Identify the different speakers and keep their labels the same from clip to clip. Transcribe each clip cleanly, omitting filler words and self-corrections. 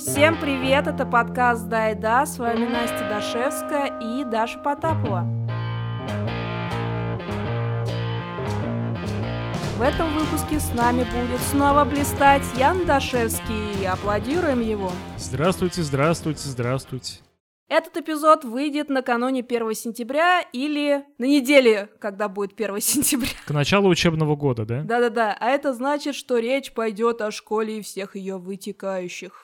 Speaker 1: Всем привет, это подкаст «Да и да», с вами Настя Дашевская и Даша Потапова. В этом выпуске с нами будет снова блистать Ян Дашевский. Аплодируем его.
Speaker 2: Здравствуйте, здравствуйте, здравствуйте.
Speaker 1: Этот эпизод выйдет накануне 1 сентября или на неделе, когда будет 1 сентября.
Speaker 2: К началу учебного года, да?
Speaker 1: Да-да-да, а это значит, что речь пойдет о школе и всех ее вытекающих.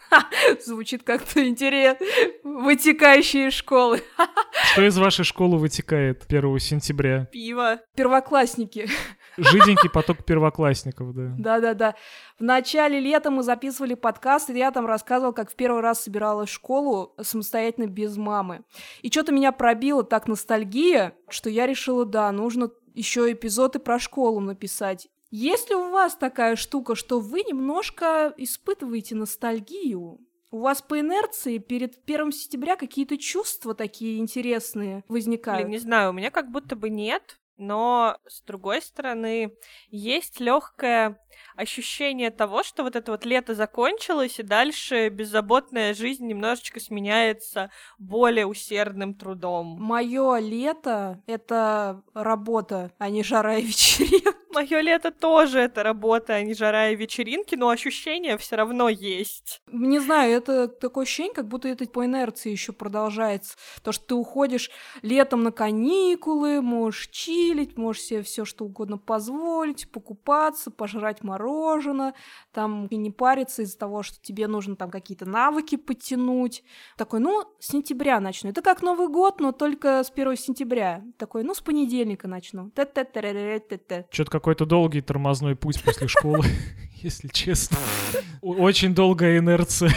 Speaker 1: Звучит как-то интересно. Вытекающие школы.
Speaker 2: Что из вашей школы вытекает 1 сентября?
Speaker 1: Пиво. Первоклассники.
Speaker 2: Жиденький поток первоклассников, да.
Speaker 1: Да-да-да. В начале лета мы записывали подкаст, и я там рассказывал, как в первый раз собиралась в школу самостоятельно без мамы. И что-то меня пробило так ностальгия, что я решила, да, нужно еще эпизоды про школу написать. Есть ли у вас такая штука, что вы немножко испытываете ностальгию? У вас по инерции перед 1 сентября какие-то чувства такие интересные возникают?
Speaker 3: Блин, не знаю, у меня как будто бы нет, но с другой стороны есть легкое ощущение того, что вот это вот лето закончилось, и дальше беззаботная жизнь немножечко сменяется более усердным трудом.
Speaker 1: Моё лето — это работа, а не жара и вечеринка.
Speaker 3: Моё лето тоже это работа, а не жара и вечеринки, но ощущение все равно есть.
Speaker 1: Не знаю, это такое ощущение, как будто это по инерции еще продолжается. То, что ты уходишь летом на каникулы, можешь чилить, можешь себе все что угодно позволить, покупаться, пожрать мороженое, там и не париться из-за того, что тебе нужно там какие-то навыки подтянуть. Такой, ну, с сентября начну. Это как Новый год, но только с 1 сентября. Такой, ну, с понедельника начну.
Speaker 2: Что-то какой-то долгий тормозной путь после школы, если честно. Очень долгая инерция.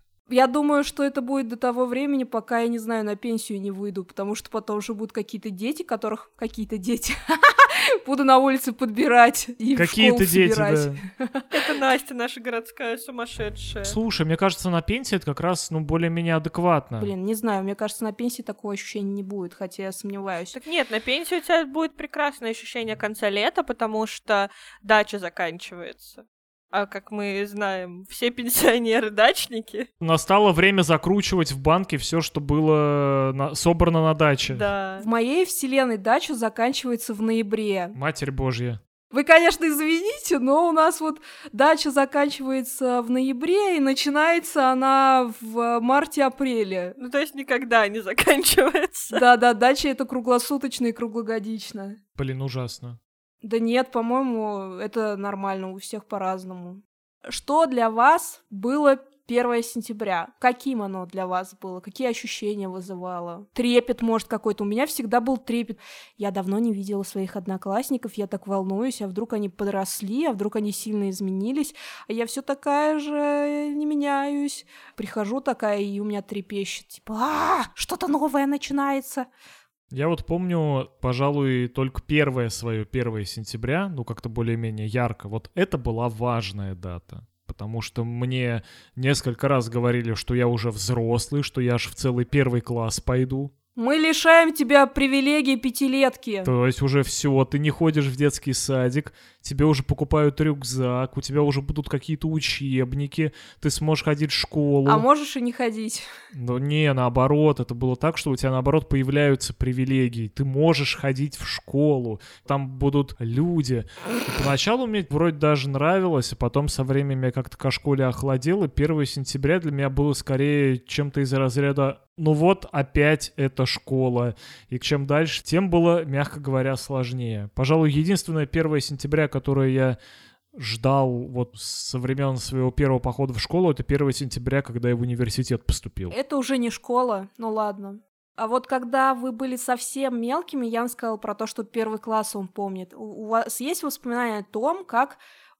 Speaker 1: Я думаю, что это будет до того времени, пока, я не знаю, на пенсию не выйду, потому что потом уже будут какие-то дети, которых... Какие-то дети. Буду на улице подбирать и в школу собирать.
Speaker 2: Да.
Speaker 3: Это Настя, наша городская сумасшедшая.
Speaker 2: Слушай, мне кажется, на пенсии это как раз, более-менее адекватно.
Speaker 1: Блин, не знаю, мне кажется, на пенсии такого ощущения не будет, хотя я сомневаюсь.
Speaker 3: Так нет, на пенсии у тебя будет прекрасное ощущение конца лета, потому что дача заканчивается. А как мы знаем, все пенсионеры-дачники.
Speaker 2: Настало время закручивать в банке все, что было собрано на даче.
Speaker 3: Да.
Speaker 1: В моей вселенной дача заканчивается в ноябре.
Speaker 2: Матерь Божья.
Speaker 1: Вы, конечно, извините, но у нас вот дача заканчивается в ноябре, и начинается она в марте-апреле.
Speaker 3: Ну, то есть никогда не заканчивается.
Speaker 1: Да-да, дача — это круглосуточно и круглогодично.
Speaker 2: Блин, ужасно.
Speaker 1: Да нет, по-моему, это нормально, у всех по-разному. Что для вас было 1 сентября? Каким оно для вас было? Какие ощущения вызывало? Трепет, может, какой-то? У меня всегда был трепет. Я давно не видела своих одноклассников, я так волнуюсь, а вдруг они подросли, а вдруг они сильно изменились, а я все такая же, не меняюсь. Прихожу такая, и у меня трепещет, типа, что-то новое начинается.
Speaker 2: Я вот помню, пожалуй, только первое свое 1 сентября, как-то более-менее ярко. Вот это была важная дата, потому что мне несколько раз говорили, что я уже взрослый, что я аж в целый 1 класс пойду.
Speaker 1: Мы лишаем тебя привилегий пятилетки.
Speaker 2: То есть уже все, ты не ходишь в детский садик, тебе уже покупают рюкзак, у тебя уже будут какие-то учебники, ты сможешь ходить в школу.
Speaker 1: А можешь и не ходить.
Speaker 2: Ну не, наоборот, это было так, что у тебя наоборот появляются привилегии. Ты можешь ходить в школу, там будут люди. И поначалу мне вроде даже нравилось, а потом со временем я как-то ко школе охладел, и 1 сентября для меня было скорее чем-то из разряда «ну вот опять эта школа». И чем дальше, тем было, мягко говоря, сложнее. Пожалуй, единственное 1 сентября, которое я ждал вот со времен своего первого похода в школу, это 1 сентября, когда я в университет поступил.
Speaker 1: Это уже не школа, ну ладно. А вот когда вы были совсем мелкими, Ян сказал про то, что 1 класс он помнит. У вас есть воспоминания о том, как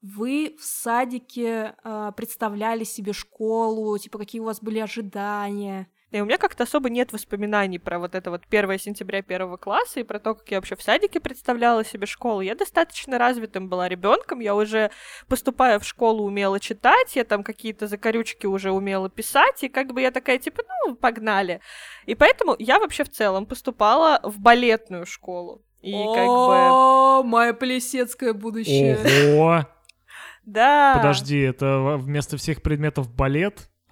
Speaker 1: вы в садике представляли себе школу, типа какие у вас были ожидания?
Speaker 3: И у меня как-то особо нет воспоминаний про вот это вот 1 сентября 1 класса и про то, как я вообще в садике представляла себе школу. Я достаточно развитым была ребенком, я уже, поступая в школу, умела читать, я там какие-то закорючки уже умела писать, и как бы я такая, типа, ну, погнали. И поэтому я вообще в целом поступала в балетную школу. И как бы...
Speaker 1: О, мое плесецкое будущее.
Speaker 2: Ого!
Speaker 3: Да.
Speaker 2: Подожди, это вместо всех предметов балет?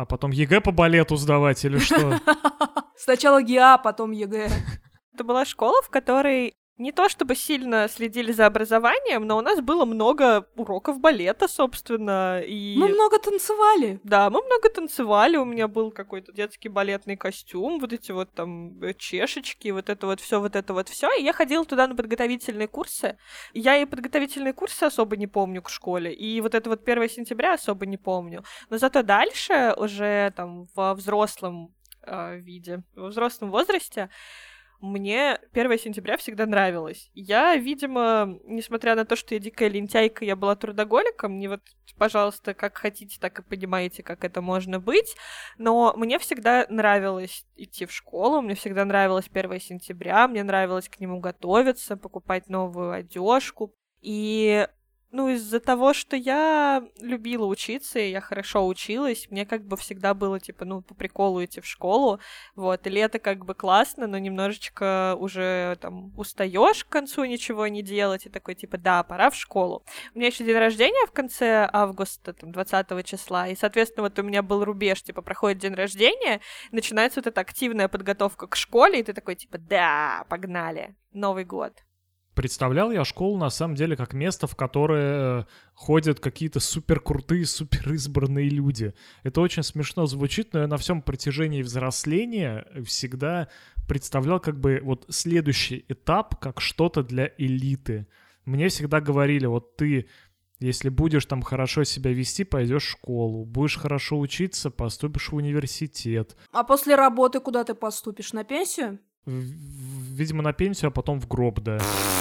Speaker 2: А потом ЕГЭ по балету сдавать или что?
Speaker 1: Сначала ГИА, потом ЕГЭ.
Speaker 3: Это была школа, в которой не то чтобы сильно следили за образованием, но у нас было много уроков балета, собственно, и...
Speaker 1: Мы много танцевали.
Speaker 3: Да, мы много танцевали, у меня был какой-то детский балетный костюм, вот эти вот там чешечки, вот это вот все, и я ходила туда на подготовительные курсы. Я и подготовительные курсы особо не помню к школе, и вот это вот 1 сентября особо не помню. Но зато дальше, уже там во взрослом виде, во взрослом возрасте, мне 1 сентября всегда нравилось. Я, видимо, несмотря на то, что я дикая лентяйка, я была трудоголиком, не вот, пожалуйста, как хотите, так и понимаете, как это можно быть, но мне всегда нравилось идти в школу, мне всегда нравилось 1 сентября, мне нравилось к нему готовиться, покупать новую одежку. И из-за того, что я любила учиться, и я хорошо училась, мне как бы всегда было, типа, по приколу идти в школу, вот, и лето как бы классно, но немножечко уже, там, устаёшь к концу ничего не делать, и такой, типа, да, пора в школу. У меня еще день рождения в конце августа, там, 20 числа, и, соответственно, вот у меня был рубеж, типа, проходит день рождения, начинается вот эта активная подготовка к школе, и ты такой, типа, да, погнали, Новый год.
Speaker 2: Представлял я школу, на самом деле, как место, в которое ходят какие-то суперкрутые, суперизбранные люди. Это очень смешно звучит, но я на всем протяжении взросления всегда представлял как бы вот следующий этап как что-то для элиты. Мне всегда говорили, вот ты, если будешь там хорошо себя вести, пойдешь в школу, будешь хорошо учиться, поступишь в университет.
Speaker 1: А после работы куда ты поступишь? На пенсию?
Speaker 2: Видимо, на пенсию, а потом в гроб, да.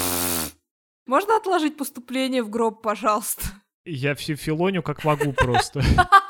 Speaker 1: Можно отложить поступление в гроб, пожалуйста?
Speaker 2: Я филоню как могу просто.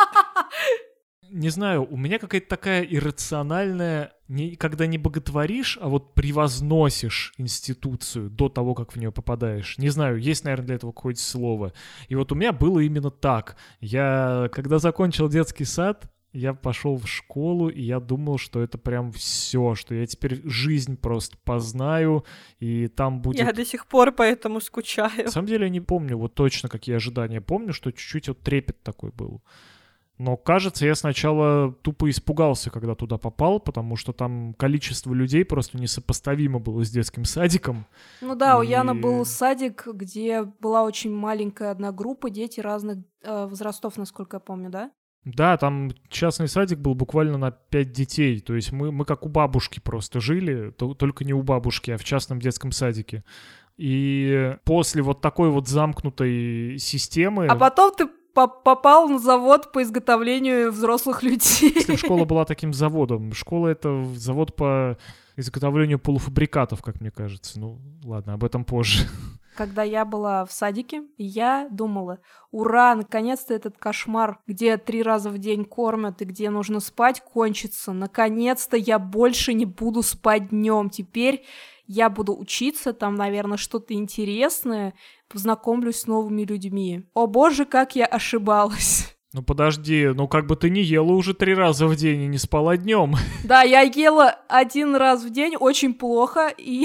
Speaker 2: Не знаю, у меня какая-то такая иррациональная, когда не боготворишь, а вот превозносишь институцию до того, как в нее попадаешь. Не знаю, есть, наверное, для этого какое-то слово. И вот у меня было именно так. Я, когда закончил детский сад, я пошел в школу, и я думал, что это прям все, что я теперь жизнь просто познаю, и там будет...
Speaker 3: Я до сих пор поэтому скучаю.
Speaker 2: На самом деле я не помню вот точно, какие ожидания. Помню, что чуть-чуть вот трепет такой был. Но, кажется, я сначала тупо испугался, когда туда попал, потому что там количество людей просто несопоставимо было с детским садиком.
Speaker 1: Ну да, у Яны был садик, где была очень маленькая одна группа, дети разных возрастов, насколько я помню, да?
Speaker 2: Да, там частный садик был буквально на 5 детей, то есть мы как у бабушки просто жили, только не у бабушки, а в частном детском садике. И после вот такой вот замкнутой системы...
Speaker 1: А потом ты попал на завод по изготовлению взрослых людей.
Speaker 2: Если школа была таким заводом. Школа — это завод по изготовлению полуфабрикатов, как мне кажется. Ну, ладно, об этом позже.
Speaker 1: Когда я была в садике, я думала, ура, наконец-то этот кошмар, где 3 раза в день кормят и где нужно спать, кончится. Наконец-то я больше не буду спать днем. Теперь я буду учиться, там, наверное, что-то интересное, познакомлюсь с новыми людьми. О боже, как я ошибалась.
Speaker 2: Ну подожди, как бы ты не ела уже 3 раза в день и не спала днем.
Speaker 1: Да, я ела 1 раз в день очень плохо и...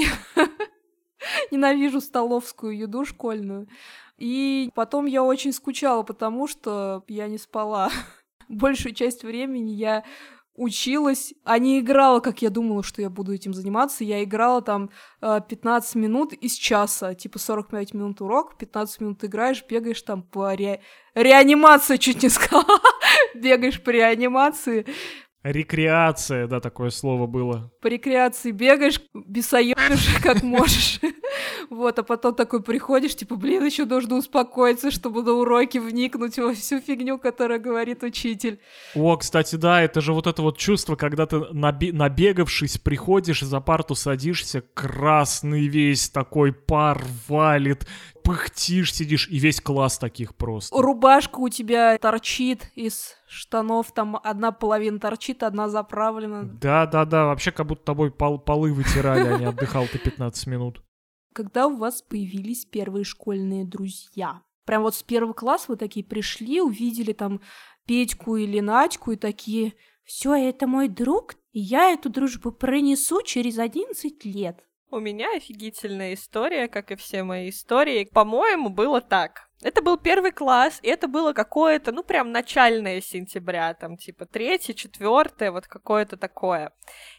Speaker 1: Ненавижу столовскую еду школьную. И потом я очень скучала, потому что я не спала. Большую часть времени я училась, а не играла, как я думала, что я буду этим заниматься. Я играла там 15 минут из часа, типа 45 минут урок, 15 минут играешь, бегаешь там по реанимации, чуть не сказала. Бегаешь по реанимации.
Speaker 2: Рекреация, да, такое слово было.
Speaker 1: По рекреации бегаешь, бесоёбишь, как можешь. Вот, а потом такой приходишь, типа, блин, еще нужно успокоиться, чтобы на уроке вникнуть во всю фигню, которую говорит учитель.
Speaker 2: О, кстати, да, это же вот это вот чувство, когда ты, набегавшись, приходишь, за парту садишься, красный весь такой, пар валит, пыхтишь, сидишь, и весь класс таких просто.
Speaker 1: Рубашка у тебя торчит из штанов, там одна половина торчит, одна заправлена.
Speaker 2: Да-да-да, вообще как будто тобой полы вытирали, а не отдыхал ты 15 минут.
Speaker 1: Когда у вас появились первые школьные друзья? Прям вот с 1 класса вы такие пришли, увидели там Петьку или Надьку и такие: все, это мой друг, и я эту дружбу пронесу через 11 лет.
Speaker 3: У меня офигительная история, как и все мои истории. По-моему, было так. Это был 1 класс, и это было какое-то, ну, прям начальное сентября, там, типа 3, 4, вот какое-то такое.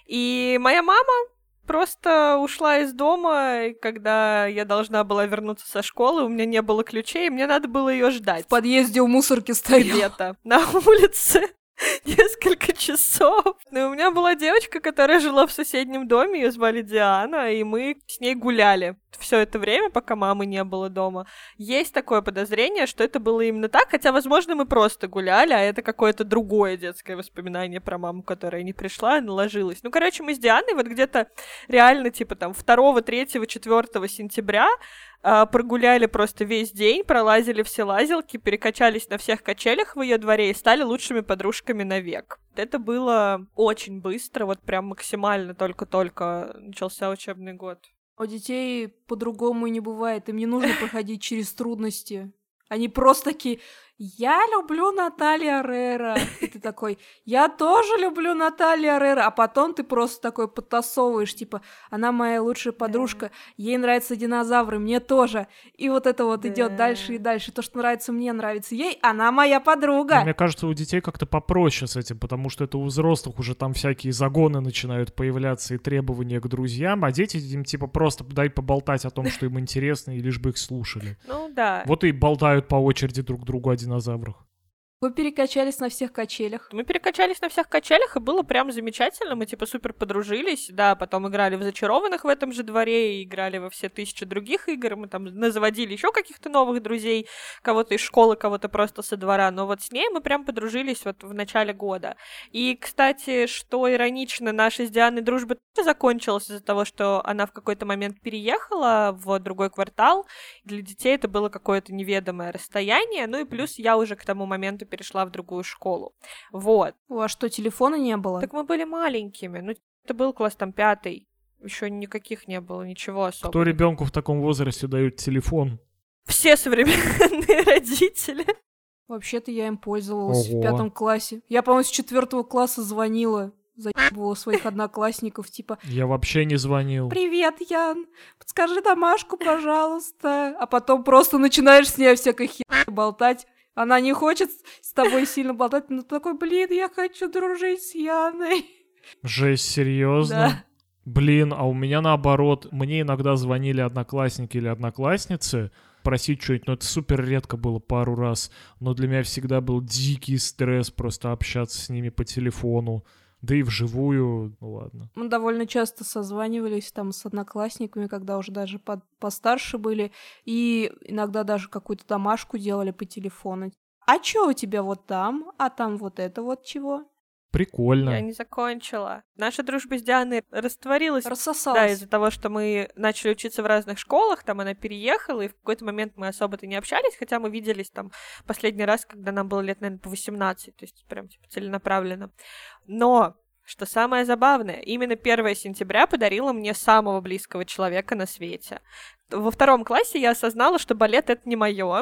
Speaker 3: И моя мама просто ушла из дома, когда я должна была вернуться со школы, у меня не было ключей, и мне надо было ее ждать.
Speaker 1: В подъезде у мусорки стоял.
Speaker 3: Где-то на улице. Несколько часов. Ну, у меня была девочка, которая жила в соседнем доме, ее звали Диана, и мы с ней гуляли все это время, пока мамы не было дома. Есть такое подозрение, что это было именно так, хотя, возможно, мы просто гуляли, а это какое-то другое детское воспоминание про маму, которая не пришла, наложилась. Ну, короче, мы с Дианой вот где-то реально, типа, там, 2, 3, 4 сентября прогуляли просто весь день, пролазили все лазилки, перекачались на всех качелях в ее дворе и стали лучшими подружками навек. Это было очень быстро, вот прям максимально только-только начался учебный год.
Speaker 1: У детей по-другому и не бывает, им не нужно проходить через трудности. Они просто такие: я люблю Наталья Рера. И ты такой: я тоже люблю Наталья Рера. А потом ты просто такой подтасовываешь, типа: она моя лучшая подружка, ей нравятся динозавры, мне тоже. И вот это вот идет дальше и дальше. То, что нравится мне, нравится ей, она моя подруга.
Speaker 2: Но мне кажется, у детей как-то попроще с этим, потому что это у взрослых уже там всякие загоны начинают появляться и требования к друзьям, а дети им типа просто дай поболтать о том, что им интересно, и лишь бы их слушали.
Speaker 3: Ну да.
Speaker 2: Вот и болтают по очереди друг другу о динозаврах.
Speaker 1: Вы перекачались на всех качелях.
Speaker 3: Мы перекачались на всех качелях, и было прям замечательно. Мы, типа, супер подружились. Да, потом играли в «Зачарованных» в этом же дворе, и играли во все 1000 других игр. Мы там назаводили еще каких-то новых друзей, кого-то из школы, кого-то просто со двора. Но вот с ней мы прям подружились вот в начале года. И, кстати, что иронично, наша с Дианой дружба тоже закончилась из-за того, что она в какой-то момент переехала в другой квартал. Для детей это было какое-то неведомое расстояние. Ну и плюс я уже к тому моменту перешла в другую школу. Вот.
Speaker 1: У вас что, телефона не было?
Speaker 3: Так мы были маленькими. Ну, это был класс там 5. Еще никаких не было, ничего особенного.
Speaker 2: Кто ребенку в таком возрасте дает телефон?
Speaker 3: Все современные родители.
Speaker 1: Вообще-то я им пользовалась
Speaker 2: Ого.
Speaker 1: в 5 классе. Я, по-моему, с 4 класса звонила, заебывала своих одноклассников, типа:
Speaker 2: Я вообще не звонил.
Speaker 1: привет, Ян, подскажи домашку, пожалуйста. А потом просто начинаешь с ней всякой херней болтать. Она не хочет с тобой сильно болтать, но такой: блин, я хочу дружить с Яной.
Speaker 2: Жесть, серьезно?
Speaker 1: Да.
Speaker 2: Блин, а у меня наоборот. Мне иногда звонили одноклассники или одноклассницы просить что-нибудь, но это супер редко было, пару раз. Но для меня всегда был дикий стресс просто общаться с ними по телефону. Да и вживую, ну ладно.
Speaker 1: Мы довольно часто созванивались там с одноклассниками, когда уже даже постарше были, и иногда даже какую-то домашку делали по телефону. А чё у тебя вот там? А там вот это вот чего?
Speaker 2: Прикольно.
Speaker 3: Я не закончила. Наша дружба с Дианой растворилась.
Speaker 1: Рассосалась.
Speaker 3: Да, из-за того, что мы начали учиться в разных школах, там она переехала, и в какой-то момент мы особо-то не общались, хотя мы виделись там последний раз, когда нам было лет, наверное, по 18, то есть прям типа целенаправленно. Но что самое забавное, именно 1 сентября подарила мне самого близкого человека на свете. Во 2 классе я осознала, что балет — это не мое,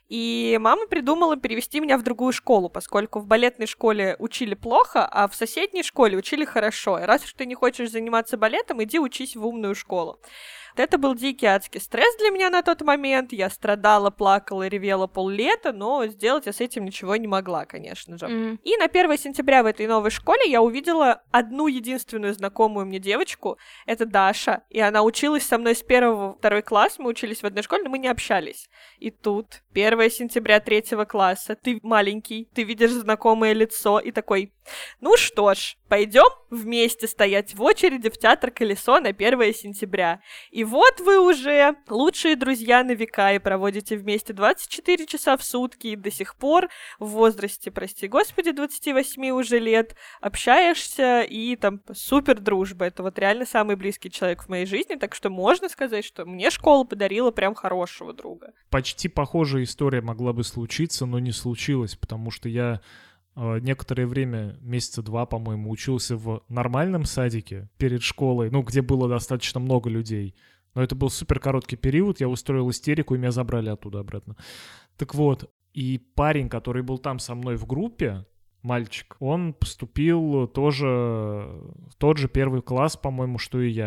Speaker 3: и мама придумала перевести меня в другую школу, поскольку в балетной школе учили плохо, а в соседней школе учили хорошо. И раз уж ты не хочешь заниматься балетом, иди учись в умную школу. Это был дикий адский стресс для меня на тот момент. Я страдала, плакала, ревела поллета, но сделать я с этим ничего не могла, конечно же. И на 1 сентября в этой новой школе я увидела одну единственную знакомую мне девочку. Это Даша. И она училась со мной с 1-2 класс. Мы учились в одной школе, но мы не общались. И тут 1 сентября 3 класса. Ты маленький, ты видишь знакомое лицо и такой: ну что ж, пойдем вместе стоять в очереди в театр «Колесо» на 1 сентября. И вот вы уже лучшие друзья на века и проводите вместе 24 часа в сутки, и до сих пор в возрасте, прости господи, 28 уже лет общаешься, и там супер дружба. Это вот реально самый близкий человек в моей жизни, так что можно сказать, что мне школа подарила прям хорошего друга.
Speaker 2: Почти похожая история могла бы случиться, но не случилось, потому что я некоторое время, месяца 2, по-моему, учился в нормальном садике перед школой, ну, где было достаточно много людей. Но это был супер короткий период, я устроил истерику, и меня забрали оттуда обратно. Так вот, и парень, который был там со мной в группе, мальчик, он поступил тоже в тот же 1 класс, по-моему, что и я.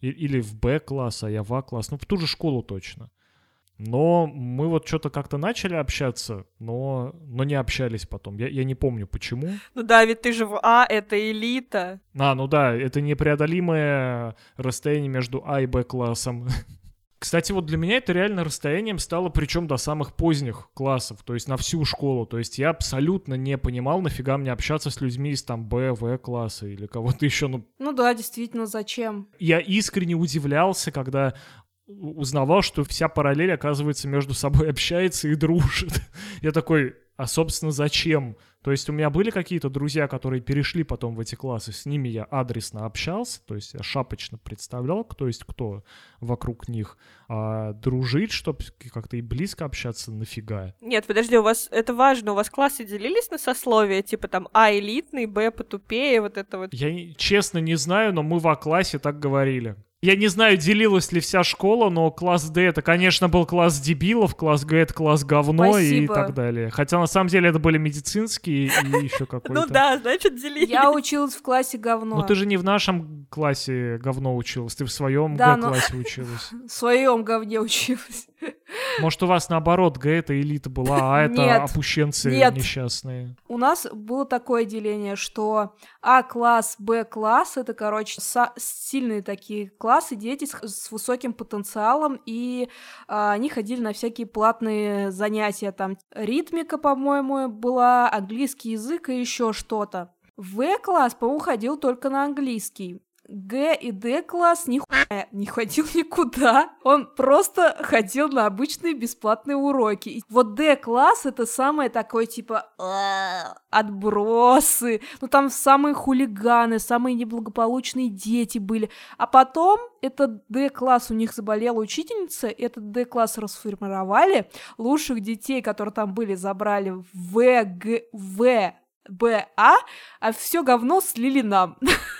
Speaker 2: Или в Б-класс, а я в А-класс. Ну, в ту же школу точно. Но мы вот что-то как-то начали общаться, но не общались потом. Я не помню, почему.
Speaker 3: Ну да, ведь ты же в А, это элита.
Speaker 2: Ну да, это непреодолимое расстояние между А и Б-классом. Кстати, вот для меня это реально расстоянием стало, причем до самых поздних классов, то есть на всю школу. То есть я абсолютно не понимал, нафига мне общаться с людьми из там Б, В класса или кого-то еще.
Speaker 1: Ну да, действительно, зачем?
Speaker 2: Я искренне удивлялся, когда узнавал, что вся параллель, оказывается, между собой общается и дружит. Я такой, а, собственно, зачем? То есть у меня были какие-то друзья, которые перешли потом в эти классы, с ними я адресно общался, то есть я шапочно представлял, кто есть кто вокруг них, а дружить, чтобы как-то и близко общаться, нафига?
Speaker 3: Нет, подожди, у вас, это важно, у вас классы делились на сословия, типа там А элитный, Б потупее, вот это вот?
Speaker 2: Я честно не знаю, но мы в А-классе так говорили. Я не знаю, делилась ли вся школа, но класс Д это, конечно, был класс дебилов, класс Г это класс говно. Спасибо. И так далее. Хотя на самом деле это были медицинские и еще какой-то.
Speaker 3: Ну да, значит, делились.
Speaker 1: Я училась в классе говно.
Speaker 2: Ну ты же не в нашем классе говно училась, ты в своем Г-классе училась.
Speaker 1: В своем говне училась.
Speaker 2: Может, у вас наоборот, Г это элита была, а это опущенцы несчастные.
Speaker 1: У нас было такое деление, что А-класс, Б-класс — это, короче, сильные такие классы, дети с высоким потенциалом, и они ходили на всякие платные занятия. Там ритмика, по-моему, была, английский язык и еще что-то. В-класс, по-моему, ходил только на английский. Г и Д-класс нихуя не ходил никуда. Он просто ходил на обычные бесплатные уроки. И вот Д-класс — это самое такое, типа, отбросы. Ну, там самые хулиганы, самые неблагополучные дети были. А потом этот Д-класс, у них заболела учительница, этот Д-класс расформировали. Лучших детей, которые там были, забрали в В, Г, В, Б, а все говно слили нам.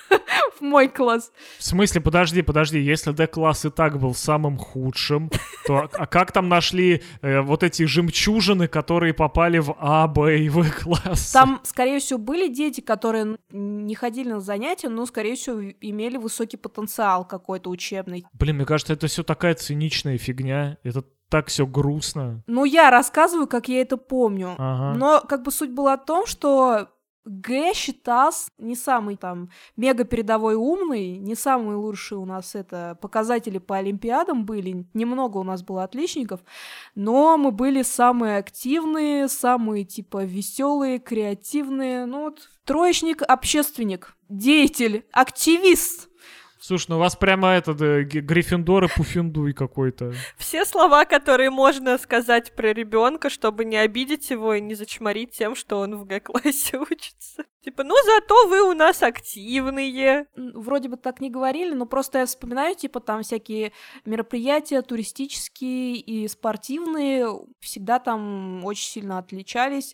Speaker 1: В мой класс.
Speaker 2: В смысле, подожди, если Д-класс и так был самым худшим, то как там нашли вот эти жемчужины, которые попали в А, Б и В класс?
Speaker 1: Там, скорее всего, были дети, которые не ходили на занятия, но, скорее всего, имели высокий потенциал какой-то учебный.
Speaker 2: Блин, мне кажется, это все такая циничная фигня. Это так все грустно.
Speaker 1: Ну, я рассказываю, как я это помню.
Speaker 2: Ага.
Speaker 1: Но как бы суть была в том, что Г считался не самый там мега передовой умный, не самые лучшие у нас это показатели по олимпиадам были, немного у нас было отличников, но мы были самые активные, самые типа веселые, креативные, ну вот троечник, общественник, деятель, активист.
Speaker 2: Слушай, ну у вас прямо Гриффиндор и Пуффендуй какой-то.
Speaker 3: Все слова, которые можно сказать про ребенка, чтобы не обидеть его и не зачморить тем, что он в Г-классе учится. Типа, ну зато вы у нас активные.
Speaker 1: Вроде бы так не говорили, но просто я вспоминаю, типа, там всякие мероприятия туристические и спортивные всегда там очень сильно отличались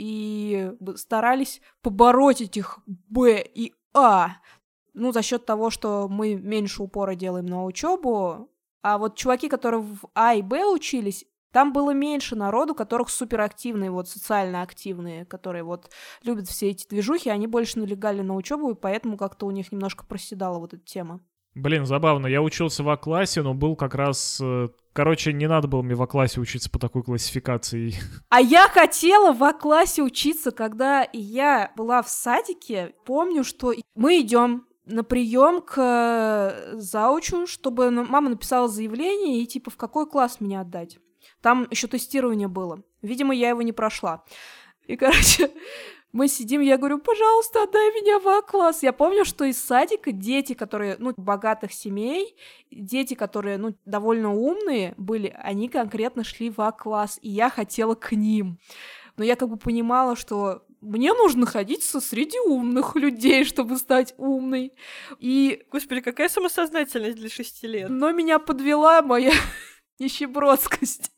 Speaker 1: и старались побороть этих Б и А. Ну, за счет того, что мы меньше упора делаем на учебу, а вот чуваки, которые в А и Б учились, там было меньше народу, которых суперактивные, вот социально активные, которые вот любят все эти движухи, они больше налегали на учебу, и поэтому как-то у них немножко проседала вот эта тема.
Speaker 2: Блин, забавно, я учился в А-классе, но был как раз... Короче, не надо было мне в А-классе учиться по такой классификации.
Speaker 1: А я хотела в А-классе учиться, когда я была в садике. Помню, что мы идем на прием к заучу, чтобы мама написала заявление и типа в какой класс меня отдать. Там еще тестирование было. Видимо, я его не прошла. И, короче, мы сидим, я говорю, пожалуйста, отдай меня в А-класс. Я помню, что из садика дети, которые, богатых семей, дети, которые, довольно умные были, они конкретно шли в А-класс, и я хотела к ним. Но я как бы понимала, что мне нужно находиться среди умных людей, чтобы стать умной. И...
Speaker 3: Господи, какая самосознательность для 6 лет.
Speaker 1: Но меня подвела моя нищебродскость.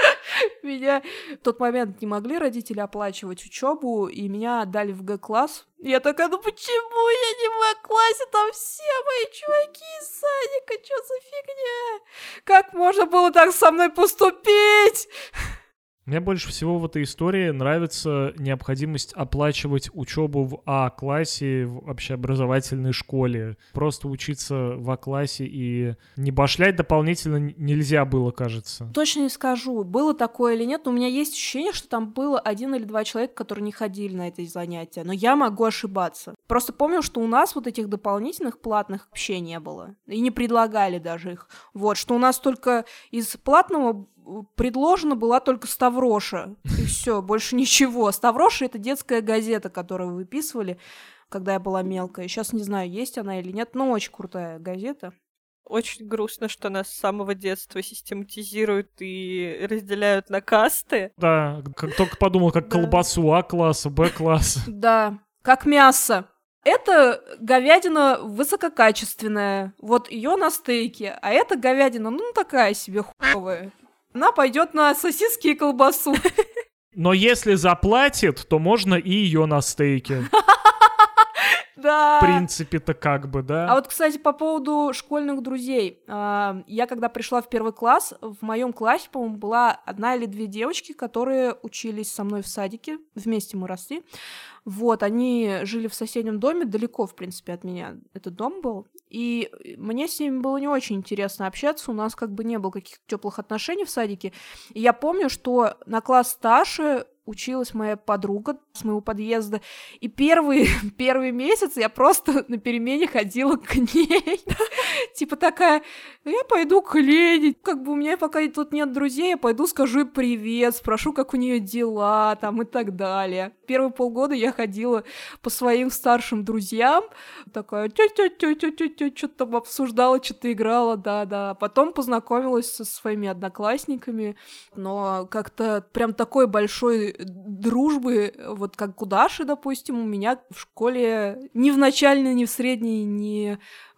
Speaker 1: Меня в тот момент не могли родители оплачивать учебу, и меня отдали в Г-класс. Я такая, почему я не в А-классе? Там все мои чуваки из садика, что за фигня? Как можно было так со мной поступить?
Speaker 2: Мне больше всего в этой истории нравится необходимость оплачивать учебу в А-классе, в общеобразовательной школе. Просто учиться в А-классе и не башлять дополнительно нельзя было, кажется.
Speaker 1: Точно не скажу, было такое или нет, но у меня есть ощущение, что там было 1 или 2 человека, которые не ходили на эти занятия, но я могу ошибаться. Просто помню, что у нас вот этих дополнительных платных вообще не было, и не предлагали даже их. Вот, что у нас только из платного предложена была только Ставроша, и все, больше ничего. Ставроша — это детская газета, которую выписывали, когда я была мелкая. Сейчас не знаю, есть она или нет, но очень крутая газета.
Speaker 3: Очень грустно, что нас с самого детства систематизируют и разделяют на касты.
Speaker 2: Да, как только подумал, как колбасу А-класса, Б-класса.
Speaker 1: Да, как мясо. Это говядина высококачественная, вот ее на стейке, а эта говядина, ну, такая себе хуевая. Она пойдет на сосиски и колбасу.
Speaker 2: Но если заплатит, то можно и ее на стейке.
Speaker 1: Да.
Speaker 2: В принципе-то как бы, да.
Speaker 1: А вот, кстати, по поводу школьных друзей. Я когда пришла в 1 класс, в моем классе, по-моему, была 1 или 2 девочки, которые учились со мной в садике. Вместе мы росли. Вот, они жили в соседнем доме, далеко, в принципе, от меня этот дом был. И мне с ними было не очень интересно общаться, у нас как бы не было каких-то теплых отношений в садике. И я помню, что на класс старше училась моя подруга с моего подъезда, и первые месяцы я просто на перемене ходила к ней. Типа такая, я пойду к Лене, как бы у меня пока тут нет друзей, я пойду скажу ей привет, спрошу, как у нее дела, там и так далее. Первые полгода я ходила по своим старшим друзьям, такая что-то там обсуждала, что-то играла, да-да. Потом познакомилась со своими одноклассниками, но как-то прям такой большой дружбы, вот как у Даши, допустим, у меня в школе ни в начальной, ни в средней, ни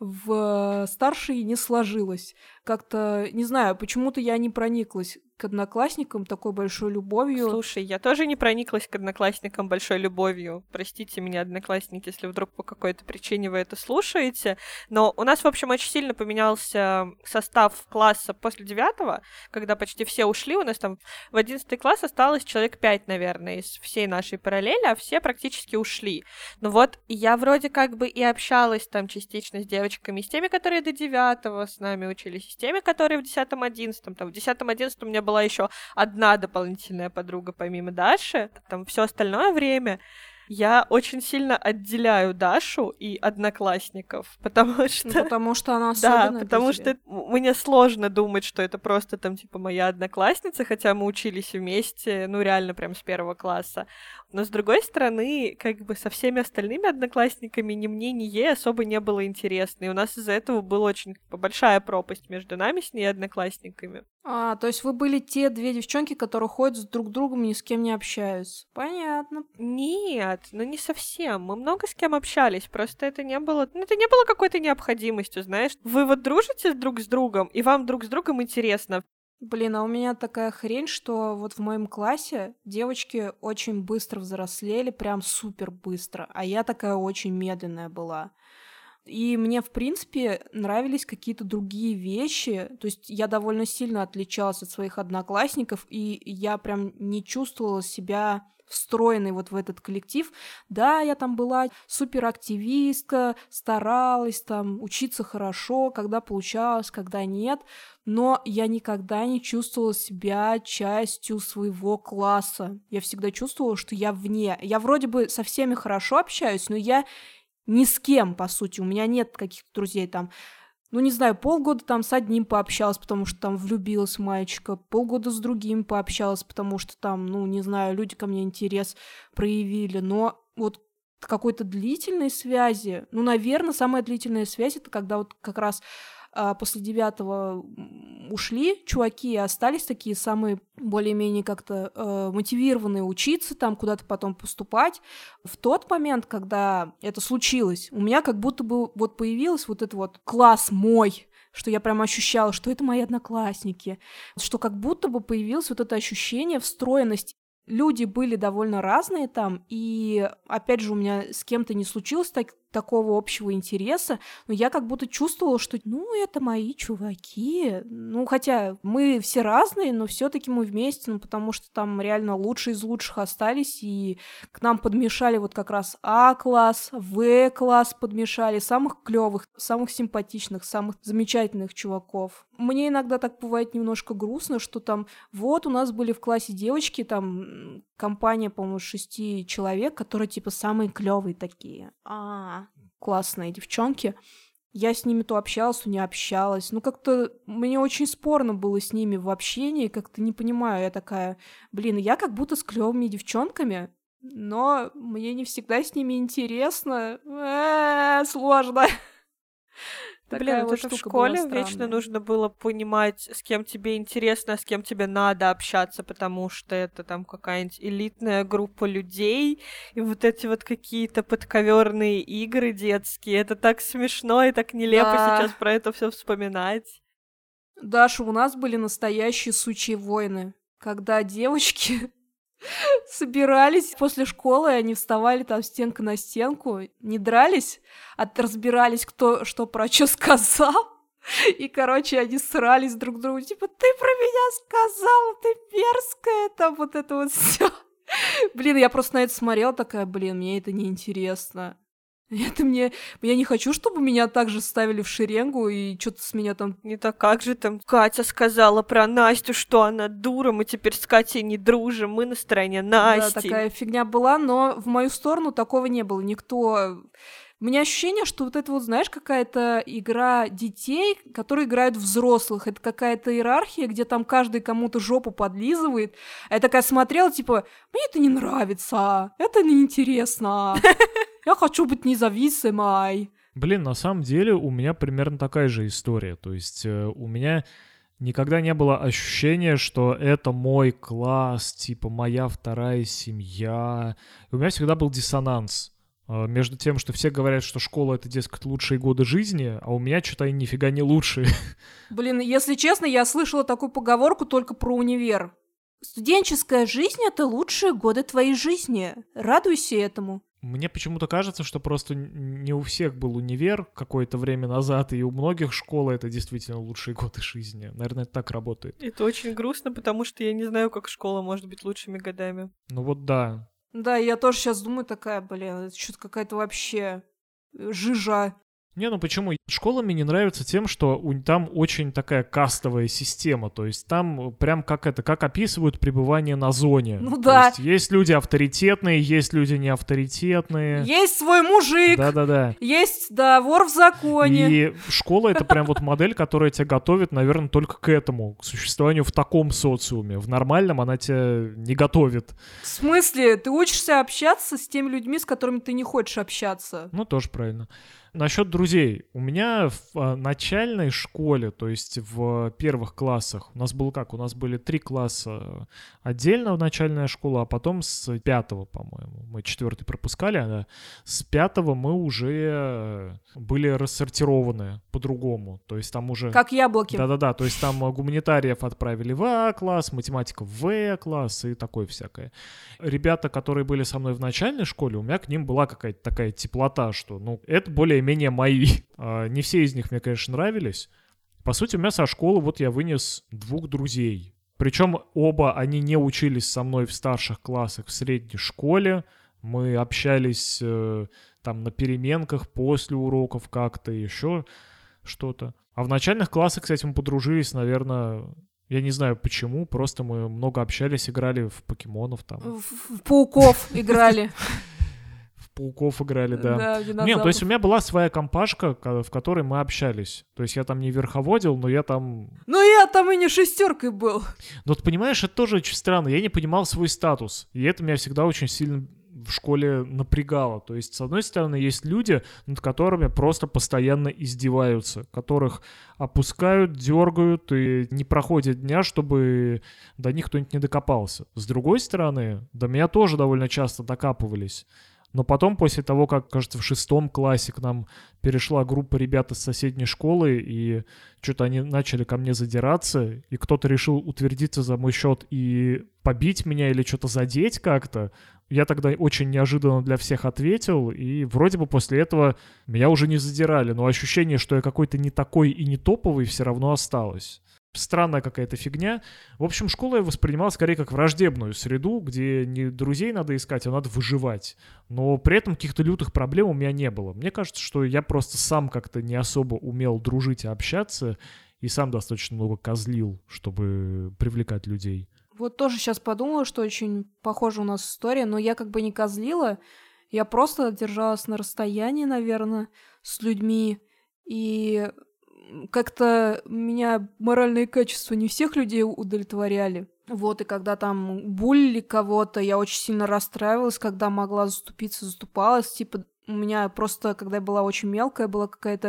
Speaker 1: в старшей не сложилось. Как-то, не знаю, почему-то я не прониклась к одноклассникам такой большой любовью.
Speaker 3: Слушай, я тоже не прониклась к одноклассникам большой любовью. Простите меня, одноклассники, если вдруг по какой-то причине вы это слушаете. Но у нас, в общем, очень сильно поменялся состав класса после 9, когда почти все ушли. У нас там в 11 класс осталось человек 5, наверное, из всей нашей параллели, а все практически ушли. Ну вот, я вроде как бы и общалась там частично с девочками, с теми, которые до 9 с нами учились, с теми, которые в 10-11. Там в 10-11 у меня была еще одна дополнительная подруга помимо Даши. Там все остальное время я очень сильно отделяю Дашу и одноклассников, потому что...
Speaker 1: Потому что она особенная.
Speaker 3: Да, потому что мне сложно думать, что это просто там типа моя одноклассница, хотя мы учились вместе, ну реально прям с 1 класса. Но с другой стороны, как бы со всеми остальными одноклассниками ни мне, ни ей особо не было интересно, и у нас из-за этого была очень большая пропасть между нами с ней и одноклассниками.
Speaker 1: То есть вы были те 2 девчонки, которые ходят с друг другом и ни с кем не общаются. Понятно.
Speaker 3: Нет, ну не совсем. Мы много с кем общались, просто это не было какой-то необходимостью, знаешь. Вы вот дружите друг с другом, и вам друг с другом интересно.
Speaker 1: Блин, а у меня такая хрень, что вот в моем классе девочки очень быстро взрослели, прям супер быстро, а я такая очень медленная была. И мне, в принципе, нравились какие-то другие вещи. То есть я довольно сильно отличалась от своих одноклассников, и я прям не чувствовала себя встроенной вот в этот коллектив. Да, я там была суперактивистка, старалась там учиться хорошо, когда получалось, когда нет, но я никогда не чувствовала себя частью своего класса. Я всегда чувствовала, что я вне. Я вроде бы со всеми хорошо общаюсь, но я ни с кем, по сути. У меня нет каких-то друзей там. Ну, не знаю, полгода там с одним пообщалась, потому что там влюбилась в мальчика, полгода с другим пообщалась, потому что там, ну, не знаю, люди ко мне интерес проявили, но вот какой-то длительной связи, ну, наверное, самая длительная связь — это когда вот как раз после 9 ушли чуваки, и остались такие самые более-менее как-то мотивированные учиться, там куда-то потом поступать. В тот момент, когда это случилось, у меня как будто бы вот появился вот этот вот класс мой, что я прям ощущала, что это мои одноклассники, что как будто бы появилось вот это ощущение встроенности. Люди были довольно разные там, и, опять же, у меня с кем-то не случилось такого общего интереса, но я как будто чувствовала, что, это мои чуваки. Хотя мы все разные, но все-таки мы вместе, потому что там реально лучшие из лучших остались, и к нам подмешали вот как раз А-класс, В-класс подмешали, самых клевых, самых симпатичных, самых замечательных чуваков. Мне иногда так бывает немножко грустно, что там вот у нас были в классе девочки, там компания, по-моему, 6 человек, которые типа самые клевые такие. Классные девчонки. Я с ними то общалась, то не общалась. Как-то мне очень спорно было с ними в общении, как-то не понимаю. Я такая, я как будто с клевыми девчонками, но мне не всегда с ними интересно. Сложно.
Speaker 3: Вот это в школе вечно нужно было понимать, с кем тебе интересно, а с кем тебе надо общаться, потому что это там какая-нибудь элитная группа людей, и вот эти вот какие-то подковерные игры детские. Это так смешно и так нелепо сейчас про это все вспоминать.
Speaker 1: Даша, у нас были настоящие сучьи войны, когда девочки собирались после школы, и они вставали там стенка на стенку, не дрались, а разбирались, кто что про что сказал. И, они срались друг к другу, типа, ты про меня сказала, ты мерзкая, там вот это вот все. Я просто на это смотрела, такая, мне это неинтересно. Я не хочу, чтобы меня также ставили в шеренгу и что-то с меня там...
Speaker 3: Не так, как же там Катя сказала про Настю, что она дура, мы теперь с Катей не дружим, мы на стороне Насти.
Speaker 1: Да, такая фигня была, но в мою сторону такого не было. Никто... У меня ощущение, что вот это вот, знаешь, какая-то игра детей, которые играют взрослых. Это какая-то иерархия, где там каждый кому-то жопу подлизывает. А я такая смотрела, типа, мне это не нравится, это неинтересно. Я хочу быть независимой.
Speaker 2: На самом деле у меня примерно такая же история. То есть у меня никогда не было ощущения, что это мой класс, типа моя вторая семья. И у меня всегда был диссонанс между тем, что все говорят, что школа — это, дескать, лучшие годы жизни, а у меня что-то нифига не лучшие.
Speaker 1: Если честно, я слышала такую поговорку только про универ. Студенческая жизнь — это лучшие годы твоей жизни. Радуйся этому.
Speaker 2: Мне почему-то кажется, что просто не у всех был универ какое-то время назад, и у многих школа — это действительно лучшие годы жизни. Наверное, это так работает.
Speaker 3: Это очень грустно, потому что я не знаю, как школа может быть лучшими годами.
Speaker 2: Да.
Speaker 1: Да, я тоже сейчас думаю такая, это что-то какая-то вообще жижа.
Speaker 2: Почему? Школа мне не нравится тем, что там очень такая кастовая система, то есть там прям как описывают пребывание на зоне.
Speaker 1: Да.
Speaker 2: То есть люди авторитетные, есть люди неавторитетные.
Speaker 1: Есть свой мужик.
Speaker 2: Да.
Speaker 1: Есть, вор в законе.
Speaker 2: И школа — это прям вот модель, которая тебя готовит, наверное, только к этому, к существованию в таком социуме. В нормальном она тебя не готовит.
Speaker 1: В смысле? Ты учишься общаться с теми людьми, с которыми ты не хочешь общаться.
Speaker 2: Тоже правильно. Насчет друзей. У меня в начальной школе, то есть в первых классах, у нас было как? У нас были 3 класса отдельно начальная школа, а потом с 5-го, по-моему, мы 4-й пропускали, а с 5-го мы уже были рассортированы по-другому. То есть там уже...
Speaker 1: Как яблоки.
Speaker 2: Да-да-да, то есть там гуманитариев отправили в А-класс, математика в В-класс и такое всякое. Ребята, которые были со мной в начальной школе, у меня к ним была какая-то такая теплота, что, это более-менее мои. Не все из них мне, конечно, нравились. По сути, у меня со школы я вынес 2 друзей. Причем оба они не учились со мной в старших классах в средней школе. Мы общались там на переменках, после уроков как-то, еще что-то. А в начальных классах, кстати, мы подружились, наверное... Я не знаю почему, просто мы много общались, играли в покемонов там.
Speaker 1: В пауков играли.
Speaker 2: В пауков играли, да.
Speaker 1: Нет,
Speaker 2: то есть у меня была своя компашка, в которой мы общались. То есть я там не верховодил, но я там...
Speaker 1: я там и не 6-й был.
Speaker 2: Но ты понимаешь, это тоже очень странно. Я не понимал свой статус. И это меня всегда очень сильно в школе напрягало. То есть, с одной стороны, есть люди, над которыми просто постоянно издеваются, которых опускают, дергают, и не проходит дня, чтобы до них кто-нибудь не докопался. С другой стороны, до меня тоже довольно часто докапывались. Но потом, после того, как, кажется, в 6 классе к нам перешла группа ребят из соседней школы, и что-то они начали ко мне задираться, и кто-то решил утвердиться за мой счет и побить меня или что-то задеть как-то, я тогда очень неожиданно для всех ответил, и вроде бы после этого меня уже не задирали, но ощущение, что я какой-то не такой и не топовый, все равно осталось. Странная какая-то фигня. В общем, школу я воспринимал скорее как враждебную среду, где не друзей надо искать, а надо выживать. Но при этом каких-то лютых проблем у меня не было. Мне кажется, что я просто сам как-то не особо умел дружить и общаться, и сам достаточно много козлил, чтобы привлекать людей.
Speaker 1: Вот тоже сейчас подумала, что очень похожа у нас история, но я как бы не козлила, я просто держалась на расстоянии, наверное, с людьми, и как-то меня моральные качества не всех людей удовлетворяли. Вот, и когда там булили кого-то, я очень сильно расстраивалась, когда могла заступиться, заступалась. Типа, у меня просто, когда я была очень мелкая, была какая-то...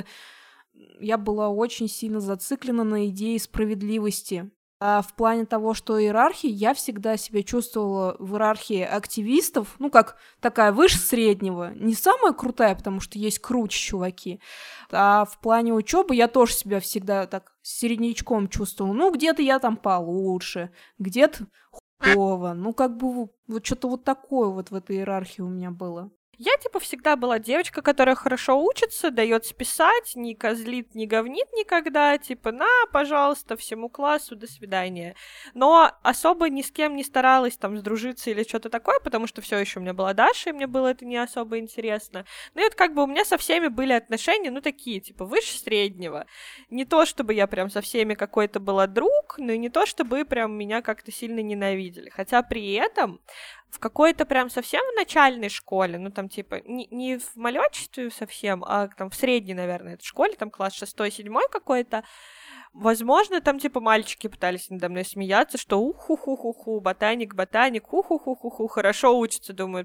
Speaker 1: Я была очень сильно зациклена на идее справедливости. А в плане того, что иерархии, я всегда себя чувствовала в иерархии активистов, ну, как такая выше среднего. Не самая крутая, потому что есть круче чуваки. А в плане учебы я тоже себя всегда так середнячком чувствовала. Ну, где-то я там получше, где-то хуёво. Ну, как бы вот что-то вот такое вот в этой иерархии у меня было.
Speaker 3: Я, типа, всегда была девочка, которая хорошо учится, дает списать, не козлит, не говнит никогда, типа, на, пожалуйста, всему классу, до свидания. Но особо ни с кем не старалась там сдружиться или что-то такое, потому что все еще у меня была Даша, и мне было это не особо интересно. Ну и вот как бы у меня со всеми были отношения, ну, такие, типа, выше среднего. Не то, чтобы я прям со всеми какой-то была друг, но и не то, чтобы прям меня как-то сильно ненавидели. Хотя при этом в какой-то прям совсем в начальной школе, ну, там, типа, не в малёчестве совсем, а там в средней, наверное, это школе, там класс 6-7 какой-то, возможно, там, типа, мальчики пытались надо мной смеяться, что уху-ху-ху-ху, ботаник, уху-ху-ху-ху, хорошо учится, думаю,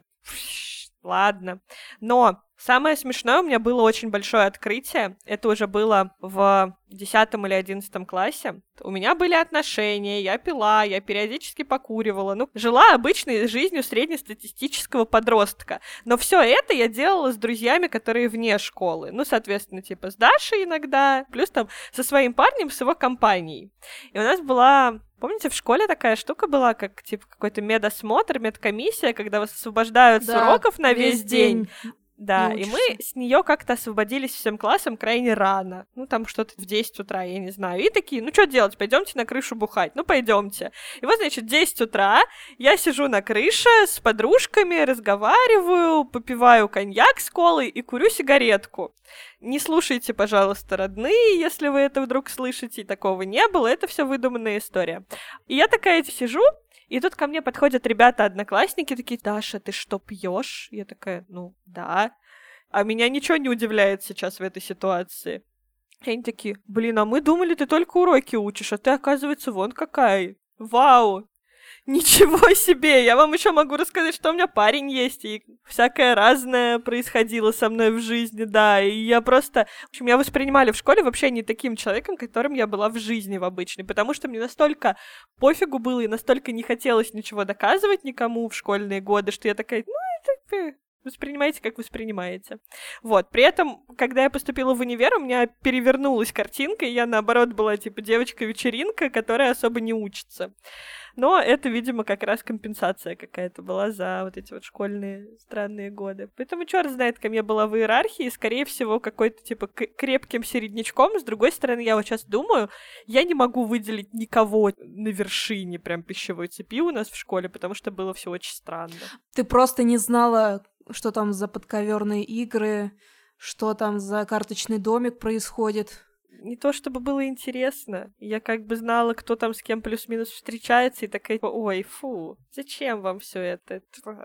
Speaker 3: ладно. Но самое смешное, у меня было очень большое открытие, это уже было в 10 или 11 классе. У меня были отношения, я пила, я периодически покуривала, ну, жила обычной жизнью среднестатистического подростка. Но все это я делала с друзьями, которые вне школы. Ну, соответственно, типа с Дашей иногда, плюс там со своим парнем, с его компанией. И у нас была... Помните, в школе такая штука была, как, типа, какой-то медосмотр, медкомиссия, когда вас освобождают с уроков на весь день. Да, и мы с нее как-то освободились всем классом крайне рано. Ну, там что-то в 10 утра, я не знаю. И такие, ну, что делать, пойдемте на крышу бухать. Ну, пойдемте. И вот, значит, 10 утра я сижу на крыше с подружками, разговариваю, попиваю коньяк с колой и курю сигаретку. Не слушайте, пожалуйста, родные, если вы это вдруг слышите. Такого не было, это все выдуманная история. И я такая сижу, и тут ко мне подходят ребята-одноклассники, такие, Даша, ты что, пьешь? Я такая, ну, да. А меня ничего не удивляет сейчас в этой ситуации. И они такие, блин, а мы думали, ты только уроки учишь, а ты, оказывается, вон какая. Вау! Ничего себе! Я вам еще могу рассказать, что у меня парень есть, и всякое разное происходило со мной в жизни, да, и я просто... В общем, меня воспринимали в школе вообще не таким человеком, которым я была в жизни в обычной, потому что мне настолько пофигу было и настолько не хотелось ничего доказывать никому в школьные годы, что я такая, ну, это... Воспринимайте, как воспринимаете. Вот. При этом, когда я поступила в универ, у меня перевернулась картинка, и я, наоборот, была, типа, девочка-вечеринка, которая особо не учится. Но это, видимо, как раз компенсация какая-то была за вот эти вот школьные странные годы. Поэтому чёрт знает, кем я была в иерархии, скорее всего, какой-то, типа, крепким середнячком. С другой стороны, я вот сейчас думаю, я не могу выделить никого на вершине прям пищевой цепи у нас в школе, потому что было все очень странно.
Speaker 1: Ты просто не знала, что там за подковерные игры, что там за карточный домик происходит.
Speaker 3: Не то чтобы было интересно. Я как бы знала, кто там с кем плюс-минус встречается, и такая, ой, фу, зачем вам все это?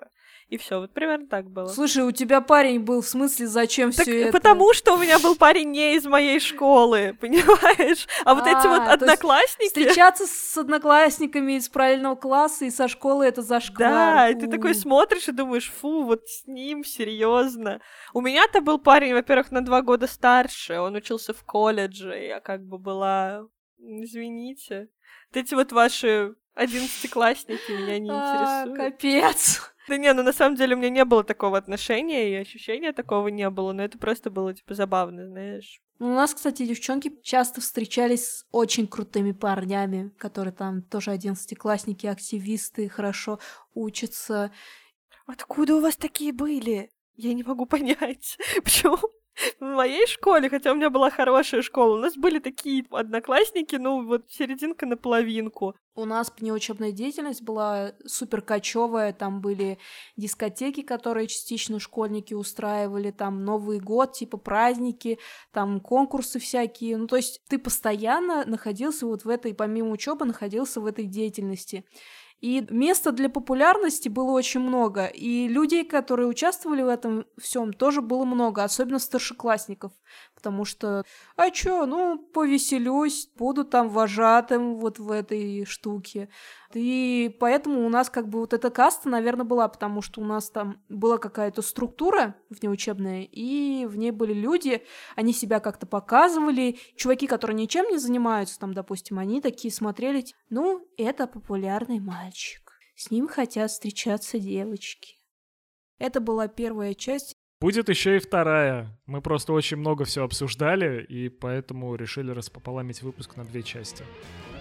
Speaker 3: И все, вот примерно так было.
Speaker 1: Слушай, у тебя парень был, в смысле, зачем все это?
Speaker 3: Потому что у меня был парень не из моей школы, понимаешь? А вот эти вот одноклассники...
Speaker 1: Встречаться с одноклассниками из параллельного класса и со школы — это зашквар.
Speaker 3: Да, и ты такой смотришь и думаешь, фу, вот с ним, серьезно. У меня-то был парень, во-первых, на 2 года старше, он учился в колледже, я как бы была... Извините. Вот эти вот ваши 11-классники меня не интересуют.
Speaker 1: Капец.
Speaker 3: Да не, ну на самом деле у меня не было такого отношения, и ощущения такого не было, но это просто было, типа, забавно, знаешь.
Speaker 1: У нас, кстати, девчонки часто встречались с очень крутыми парнями, которые там тоже 11-классники, активисты, хорошо учатся.
Speaker 3: Откуда у вас такие были? Я не могу понять. Почему? В моей школе, хотя у меня была хорошая школа, у нас были такие одноклассники, ну вот серединка на половинку.
Speaker 1: У нас внеучебная деятельность была супер кочевая, там были дискотеки, которые частично школьники устраивали, там Новый год, типа праздники, там конкурсы всякие. Ну, то есть ты постоянно находился вот в этой, помимо учебы, находился в этой деятельности. И места для популярности было очень много, и людей, которые участвовали в этом всем, тоже было много, особенно старшеклассников, потому что, а чё, ну, повеселюсь, буду там вожатым вот в этой штуке. И поэтому у нас как бы вот эта каста, наверное, была, потому что у нас там была какая-то структура внеучебная, и в ней были люди, они себя как-то показывали, чуваки, которые ничем не занимаются, там, допустим, они такие смотрели, ну, это популярный мальчик, с ним хотят встречаться девочки. Это была первая часть.
Speaker 2: Будет еще и вторая. Мы просто очень много все обсуждали, и поэтому решили распополамить выпуск на 2 части.